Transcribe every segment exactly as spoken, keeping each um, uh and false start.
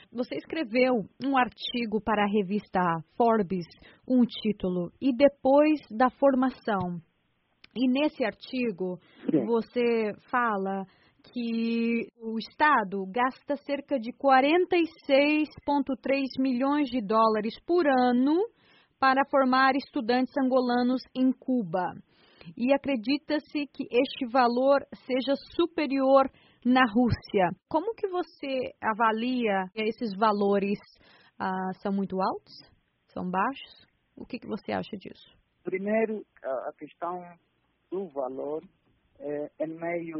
Você escreveu um artigo para a revista Forbes, um título, E Depois da Formação. E nesse artigo, Sim. você fala que o Estado gasta cerca de quarenta e seis vírgula três milhões de dólares por ano para formar estudantes angolanos em Cuba. E acredita-se que este valor seja superior na Rússia. Como que você avalia esses valores? Ah, são muito altos? São baixos? O que, que você acha disso? Primeiro, a questão do valor é, é meio,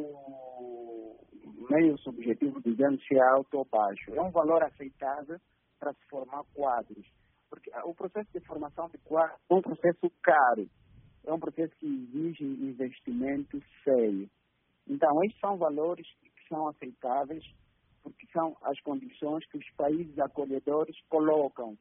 meio subjetivo, dizendo se é alto ou baixo. É um valor aceitável para se formar quadros. Porque o processo de formação de quadros é um processo caro. É um processo que exige investimento sério. Então, estes são valores que são aceitáveis porque são as condições que os países acolhedores colocam.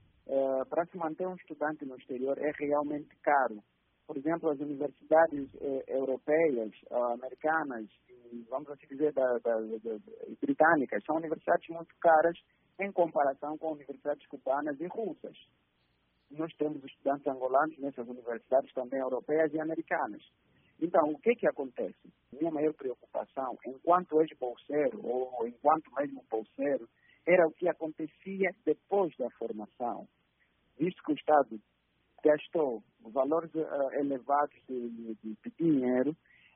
Uh, para se manter um estudante no exterior é realmente caro. Por exemplo, as universidades eh, europeias, uh, americanas, e, vamos assim dizer, da, da, da, da, britânicas, são universidades muito caras em comparação com universidades cubanas e russas. Nós temos estudantes angolanos nessas universidades também europeias e americanas. Então, o que que acontece? Minha maior preocupação, enquanto ex-bolseiro ou enquanto mesmo bolseiro, era o que acontecia depois da formação. Visto que o Estado gastou valores uh, elevados de, de, de dinheiro,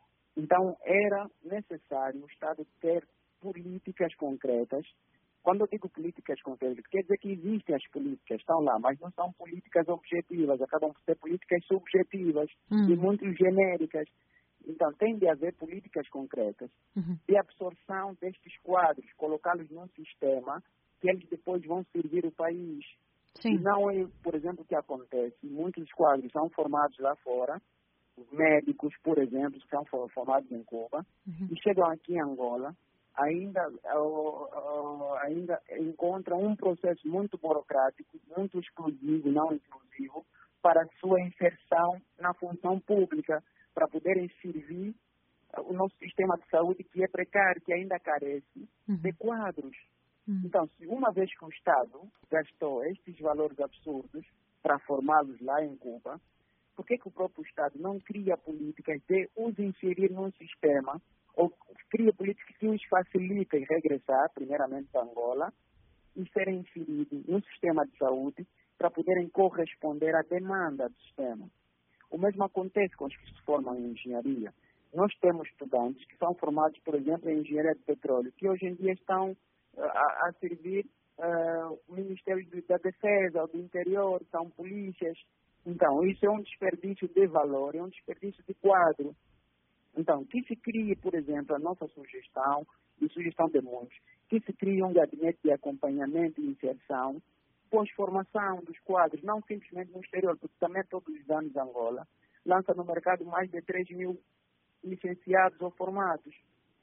então era necessário o Estado ter políticas concretas. Quando eu digo políticas concretas, quer dizer que existem as políticas, estão lá, mas não são políticas objetivas, acabam por ser políticas subjetivas hum. e muito genéricas. Então, tem de haver políticas concretas uhum. de absorção destes quadros, colocá-los num sistema que eles depois vão servir o país. Sim. E não é, por exemplo, o que acontece. Muitos quadros são formados lá fora, os médicos, por exemplo, que são formados em Cuba, uhum. e chegam aqui em Angola, ainda, uh, uh, ainda encontram um processo muito burocrático, muito exclusivo, não inclusivo, para a sua inserção na função pública, para poderem servir uh, o nosso sistema de saúde, que é precário, que ainda carece uhum. de quadros. Uhum. Então, se uma vez que o Estado gastou estes valores absurdos para formá-los lá em Cuba, por que que o próprio Estado não cria políticas de os inserir num sistema, ou cria políticas que os facilitem regressar, primeiramente para Angola, e serem inseridos no sistema de saúde para poderem corresponder à demanda do sistema? O mesmo acontece com os que se formam em engenharia. Nós temos estudantes que são formados, por exemplo, em engenharia de petróleo, que hoje em dia estão A, a servir uh, o Ministério da Defesa, do Interior, são polícias. Então, isso é um desperdício de valor, é um desperdício de quadro. Então, que se crie, por exemplo, a nossa sugestão, e sugestão de muitos, que se crie um gabinete de acompanhamento e inserção, pós-formação dos quadros, não simplesmente no exterior, porque também todos os anos Angola lança no mercado mais de três mil licenciados ou formados.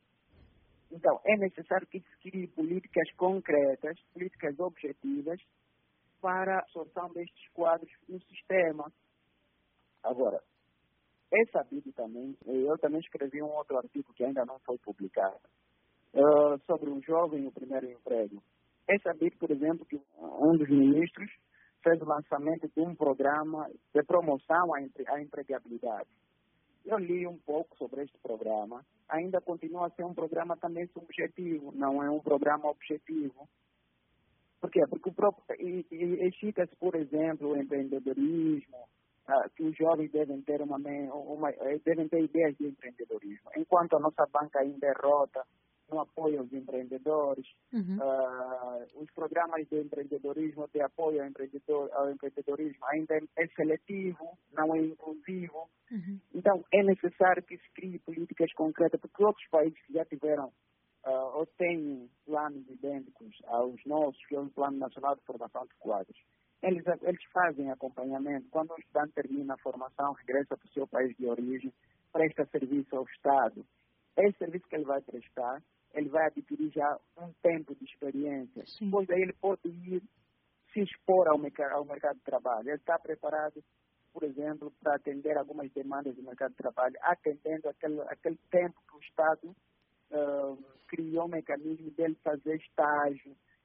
Então, é necessário que se crie políticas concretas, políticas objetivas, para a absorção destes quadros no sistema. Agora, é sabido também, eu também escrevi um outro artigo que ainda não foi publicado, uh, sobre o jovem e o primeiro emprego. É sabido, por exemplo, que um dos ministros fez o lançamento de um programa de promoção à, empre à empregabilidade. Eu li um pouco sobre este programa. Ainda continua a ser um programa também subjetivo, não é um programa objetivo. Por quê? Porque o próprio, e, e, e cita-se, por exemplo, o empreendedorismo, ah, que os jovens devem ter, uma, uma, devem ter ideias de empreendedorismo, enquanto a nossa banca ainda é rota no apoio aos empreendedores, Uhum. uh, os programas de empreendedorismo, de apoio ao, empreendedor, ao empreendedorismo ainda é, é seletivo, não é inclusivo. Uhum. Então, é necessário que se crie políticas concretas, porque outros países que já tiveram uh, ou têm planos idênticos aos nossos, que é o Plano Nacional de Formação de Quadros, eles, eles fazem acompanhamento. Quando o estudante termina a formação, regressa para o seu país de origem, presta serviço ao Estado. Esse serviço que ele vai prestar, ele vai adquirir já um tempo de experiência. Sim. Depois daí ele pode ir se expor ao, ao mercado de trabalho. Ele está preparado, por exemplo, para atender algumas demandas do mercado de trabalho, atendendo aquele, aquele tempo que o Estado uh, criou um mecanismo dele fazer estágio.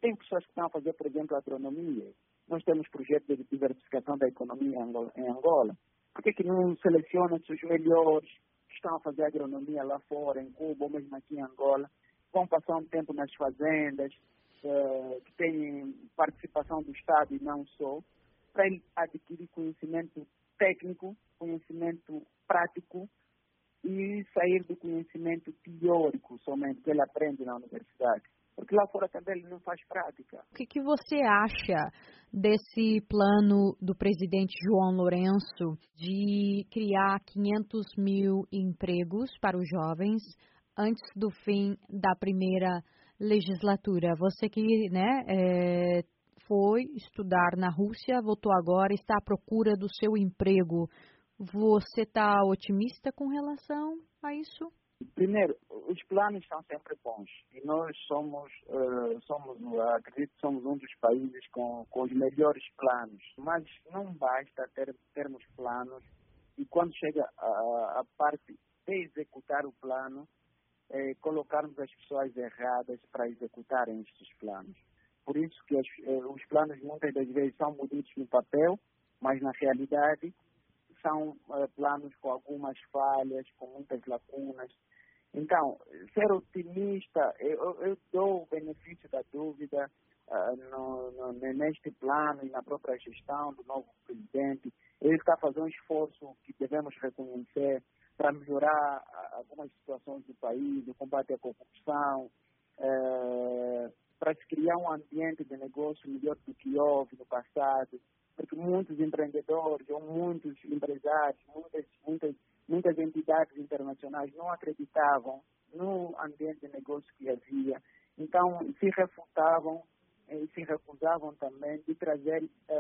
Tem pessoas que estão a fazer, por exemplo, agronomia. Nós temos projetos de diversificação da economia em Angola. Por que que não selecionam-se os melhores que estão a fazer agronomia lá fora, em Cuba, ou mesmo aqui em Angola? Vão passar um tempo nas fazendas, uh, que têm participação do Estado e não só, para ele adquirir conhecimento técnico, conhecimento prático e sair do conhecimento teórico somente que ele aprende na universidade. Porque lá fora também ele não faz prática. O que, que você acha desse plano do presidente João Lourenço de criar quinhentos mil empregos para os jovens antes do fim da primeira legislatura? Você que, né, é, foi estudar na Rússia, voltou agora, está à procura do seu emprego. Você está otimista com relação a isso? Primeiro, os planos são sempre bons e nós somos, uh, somos acredito que somos um dos países com, com os melhores planos, mas não basta ter, termos planos e quando chega a, a parte de executar o plano, eh, colocarmos as pessoas erradas para executarem estes planos. Por isso que as, eh, os planos muitas das vezes são bonitos no papel, mas na realidade são eh, planos com algumas falhas, com muitas lacunas. Então, ser otimista, eu, eu dou o benefício da dúvida uh, no, no, neste plano e na própria gestão do novo presidente. Ele está fazendo um esforço que devemos reconhecer para melhorar uh, algumas situações do país, o combate à corrupção, uh, para se criar um ambiente de negócio melhor do que houve no passado, porque muitos empreendedores ou muitos empresários, muitas, muitas Muitas entidades internacionais não acreditavam no ambiente de negócio que havia, então se refutavam e se recusavam também de trazer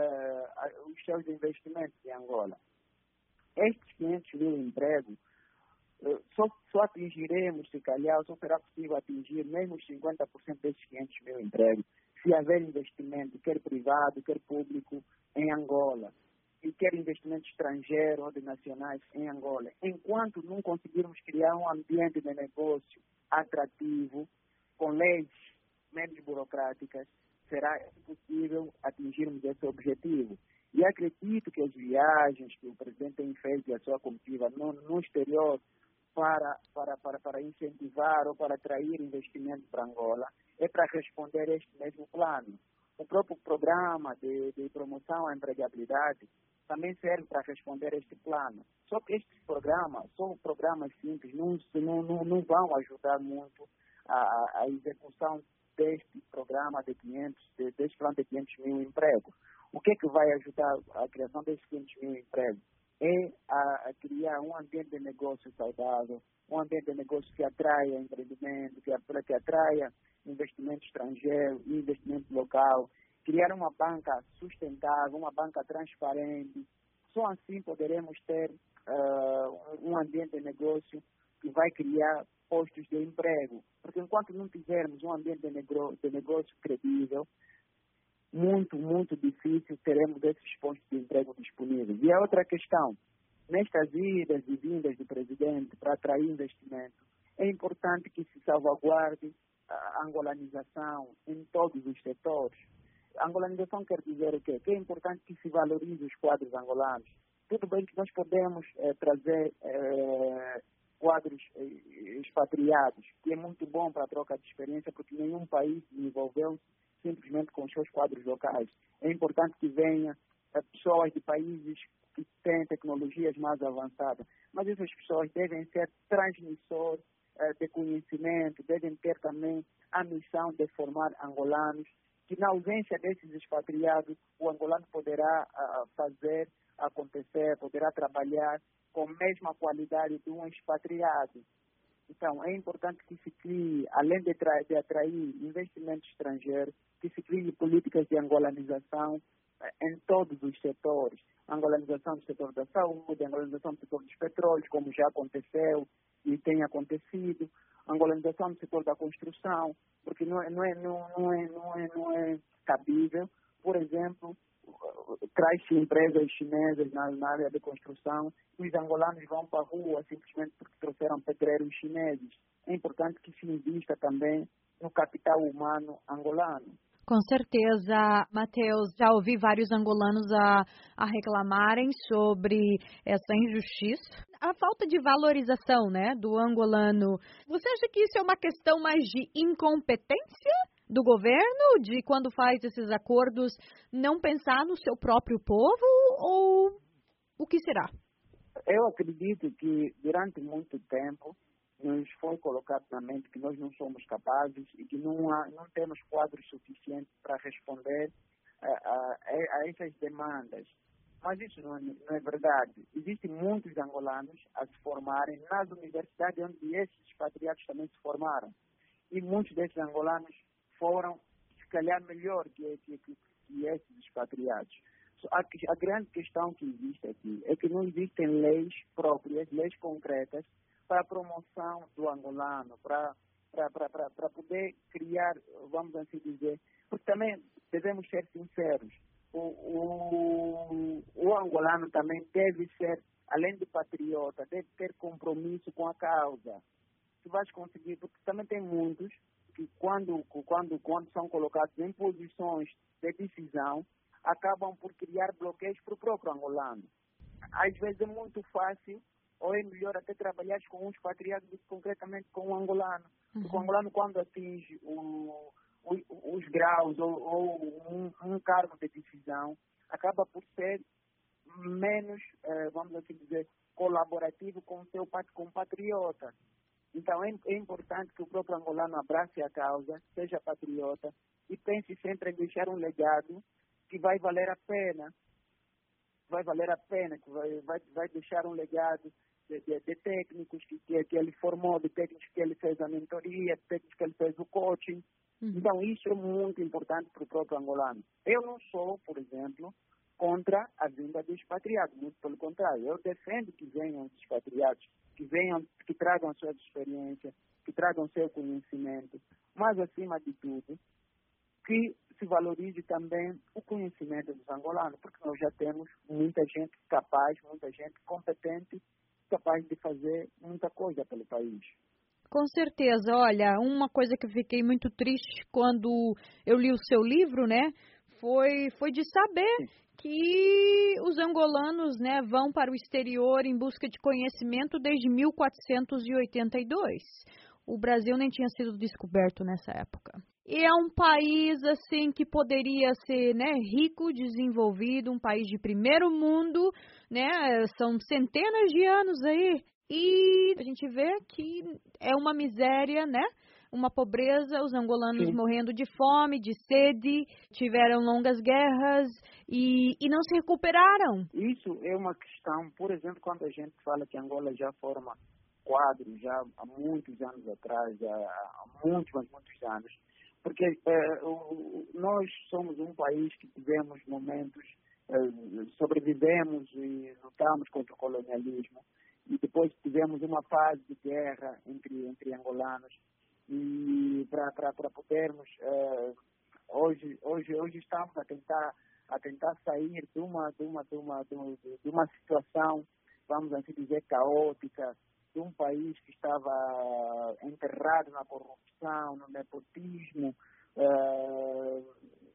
uh, os seus investimentos em Angola. Estes quinhentos mil empregos, uh, só, só atingiremos, se calhar, só será possível atingir mesmo os cinquenta por cento desses quinhentos mil empregos, se haver investimento, quer privado, quer público, em Angola. E quer investimento estrangeiro ou de nacionais em Angola. Enquanto não conseguirmos criar um ambiente de negócio atrativo, com leis menos burocráticas, será impossível atingirmos esse objetivo. E acredito que as viagens que o presidente tem feito e a sua comitiva no, no exterior para, para, para, para incentivar ou para atrair investimento para Angola é para responder a este mesmo plano. O próprio programa de, de promoção à empregabilidade também serve para responder a este plano. Só que estes programas são programas simples, não, não, não vão ajudar muito a, a execução deste programa de quinhentos, de, deste plano de quinhentos mil empregos. O que é que vai ajudar a criação destes quinhentos mil empregos? É a, a criar um ambiente de negócio saudável, um ambiente de negócio que atraia empreendimento, que, que atraia investimento estrangeiro e investimento local, criar uma banca sustentável, uma banca transparente. Só assim poderemos ter uh, um ambiente de negócio que vai criar postos de emprego. Porque enquanto não tivermos um ambiente de, negro, de negócio credível, muito, muito difícil teremos esses postos de emprego disponíveis. E a outra questão, nestas idas e vindas do presidente para atrair investimento, é importante que se salvaguarde a angolanização em todos os setores. A angolanização quer dizer o quê? Que é importante que se valorize os quadros angolanos. Tudo bem que nós podemos eh, trazer eh, quadros eh, expatriados, que é muito bom para a troca de experiência, porque nenhum país desenvolveu simplesmente com os seus quadros locais. É importante que venha eh, pessoas de países que têm tecnologias mais avançadas, mas essas pessoas devem ser transmissores eh, de conhecimento, devem ter também a missão de formar angolanos, que na ausência desses expatriados, o angolano poderá uh, fazer acontecer, poderá trabalhar com a mesma qualidade de um expatriado. Então, é importante que se crie, além de, de atrair investimento estrangeiro, que se crie políticas de angolanização uh, em todos os setores. Angolanização do setor da saúde, angolanização do setor dos petróleos, como já aconteceu e tem acontecido, angolanização do setor da construção, porque não é, não é, não, não é, não é, não é cabível, por exemplo, traz-se empresas chinesas na, na área de construção e os angolanos vão para a rua simplesmente porque trouxeram pedreiros chineses. É importante que se invista também no capital humano angolano. Com certeza, Matheus, já ouvi vários angolanos a, a reclamarem sobre essa injustiça, a falta de valorização, né, do angolano. Você acha que isso é uma questão mais de incompetência do governo, de quando faz esses acordos não pensar no seu próprio povo, ou o que será? Eu acredito que durante muito tempo nos foi colocado na mente que nós não somos capazes e que não, há, não temos quadros suficientes para responder a, a, a essas demandas. Mas isso não é, não é verdade. Existem muitos angolanos a se formarem nas universidades onde esses expatriados também se formaram. E muitos desses angolanos foram, se calhar, melhor que, que, que, que esses expatriados. A, a grande questão que existe aqui é que não existem leis próprias, leis concretas, para a promoção do angolano, para, para, para, para poder criar, vamos assim dizer, porque também devemos ser sinceros, o, o, o angolano também deve ser, além de patriota, deve ter compromisso com a causa. Tu vais conseguir, porque também tem muitos que quando, quando, quando são colocados em posições de decisão, acabam por criar bloqueios para o próprio angolano. Às vezes é muito fácil, ou é melhor até trabalhar com um expatriado do que concretamente com um angolano. Uhum. Porque o angolano, quando atinge o, o, os graus ou, ou um, um cargo de decisão, acaba por ser menos, eh, vamos assim dizer, colaborativo com o seu compatriota. Então é, é importante que o próprio angolano abrace a causa, seja patriota e pense sempre em deixar um legado que vai valer a pena, vai valer a pena, que vai, vai, vai deixar um legado de, de, de técnicos que, que, que ele formou, de técnicos que ele fez a mentoria, de técnicos que ele fez o coaching. Uhum. Então, isso é muito importante para o próprio angolano. Eu não sou, por exemplo, contra a vinda dos expatriados, muito pelo contrário. Eu defendo que venham os expatriados, que venham, que tragam a sua experiência, que tragam o seu conhecimento, mas, acima de tudo, que se valorize também o conhecimento dos angolanos, porque nós já temos muita gente capaz, muita gente competente, capaz de fazer muita coisa pelo país. Com certeza. Olha, uma coisa que eu fiquei muito triste quando eu li o seu livro, né, foi, foi de saber Sim. que os angolanos, né, vão para o exterior em busca de conhecimento desde mil quatrocentos e oitenta e dois. O Brasil nem tinha sido descoberto nessa época. E é um país, assim, que poderia ser, né, rico, desenvolvido, um país de primeiro mundo, né, são centenas de anos aí. E a gente vê que é uma miséria, né, uma pobreza, os angolanos Sim. morrendo de fome, de sede, tiveram longas guerras e, e não se recuperaram. Isso é uma questão, por exemplo, quando a gente fala que Angola já forma quadros, já há muitos anos atrás, já há muitos, mas muitos anos, porque é, o, nós somos um país que tivemos momentos, é, sobrevivemos e lutamos contra o colonialismo, e depois tivemos uma fase de guerra entre, entre angolanos, e para podermos, é, hoje, hoje, hoje estamos a tentar, a tentar sair de uma, de, uma, de, uma, de, uma, de uma situação, vamos assim dizer, caótica, de um país que estava enterrado na corrupção, no nepotismo, uh,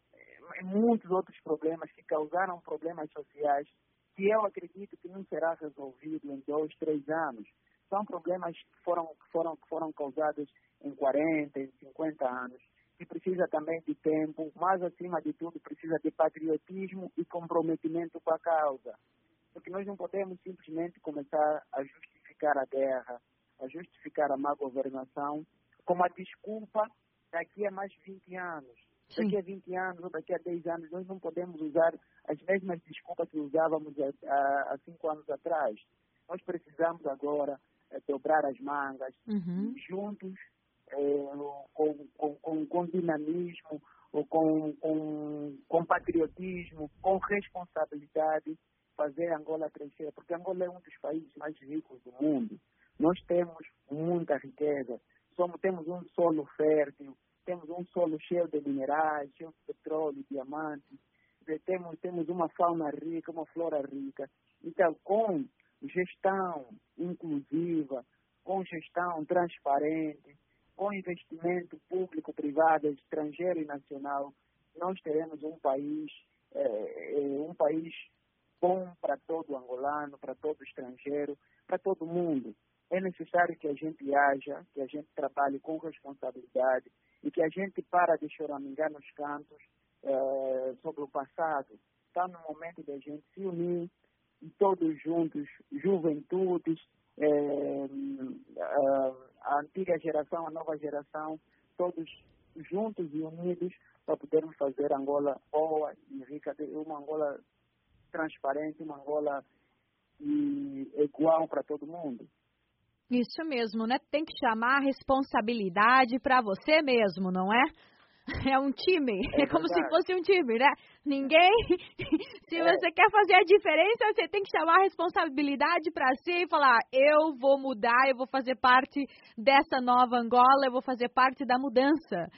e muitos outros problemas que causaram problemas sociais que eu acredito que não será resolvido em dois, três anos. São problemas que foram, que foram, que foram causados em quarenta, em cinquenta anos, que precisa também de tempo, mas acima de tudo precisa de patriotismo e comprometimento com a causa. Porque nós não podemos simplesmente começar a justificar a guerra, a justificar a má governação, como a desculpa daqui a mais vinte anos. Sim. Daqui a vinte anos ou daqui a dez anos, nós não podemos usar as mesmas desculpas que usávamos há, há cinco anos atrás. Nós precisamos agora é, dobrar as mangas, uhum. juntos, é, com, com, com, com dinamismo, ou com, com, com patriotismo, com responsabilidade, fazer Angola crescer, porque Angola é um dos países mais ricos do mundo. Nós temos muita riqueza, somos, temos um solo fértil, temos um solo cheio de minerais, cheio de petróleo, diamantes, temos, temos uma fauna rica, uma flora rica. Então, com gestão inclusiva, com gestão transparente, com investimento público, privado, estrangeiro e nacional, nós teremos um país, é, um país bom para todo angolano, para todo estrangeiro, para todo mundo. É necessário que a gente haja, que a gente trabalhe com responsabilidade e que a gente para de choramingar nos cantos é, sobre o passado. Está no momento de a gente se unir e todos juntos, juventudes, é, a, a antiga geração, a nova geração, todos juntos e unidos para podermos fazer Angola boa e rica, uma Angola transparente, uma Angola e, igual para todo mundo. Isso mesmo, né? Tem que chamar a responsabilidade para você mesmo, não é? É um time, é, é como se fosse um time, né? Ninguém, se é. você quer fazer a diferença, você tem que chamar a responsabilidade para si e falar, eu vou mudar, eu vou fazer parte dessa nova Angola, eu vou fazer parte da mudança.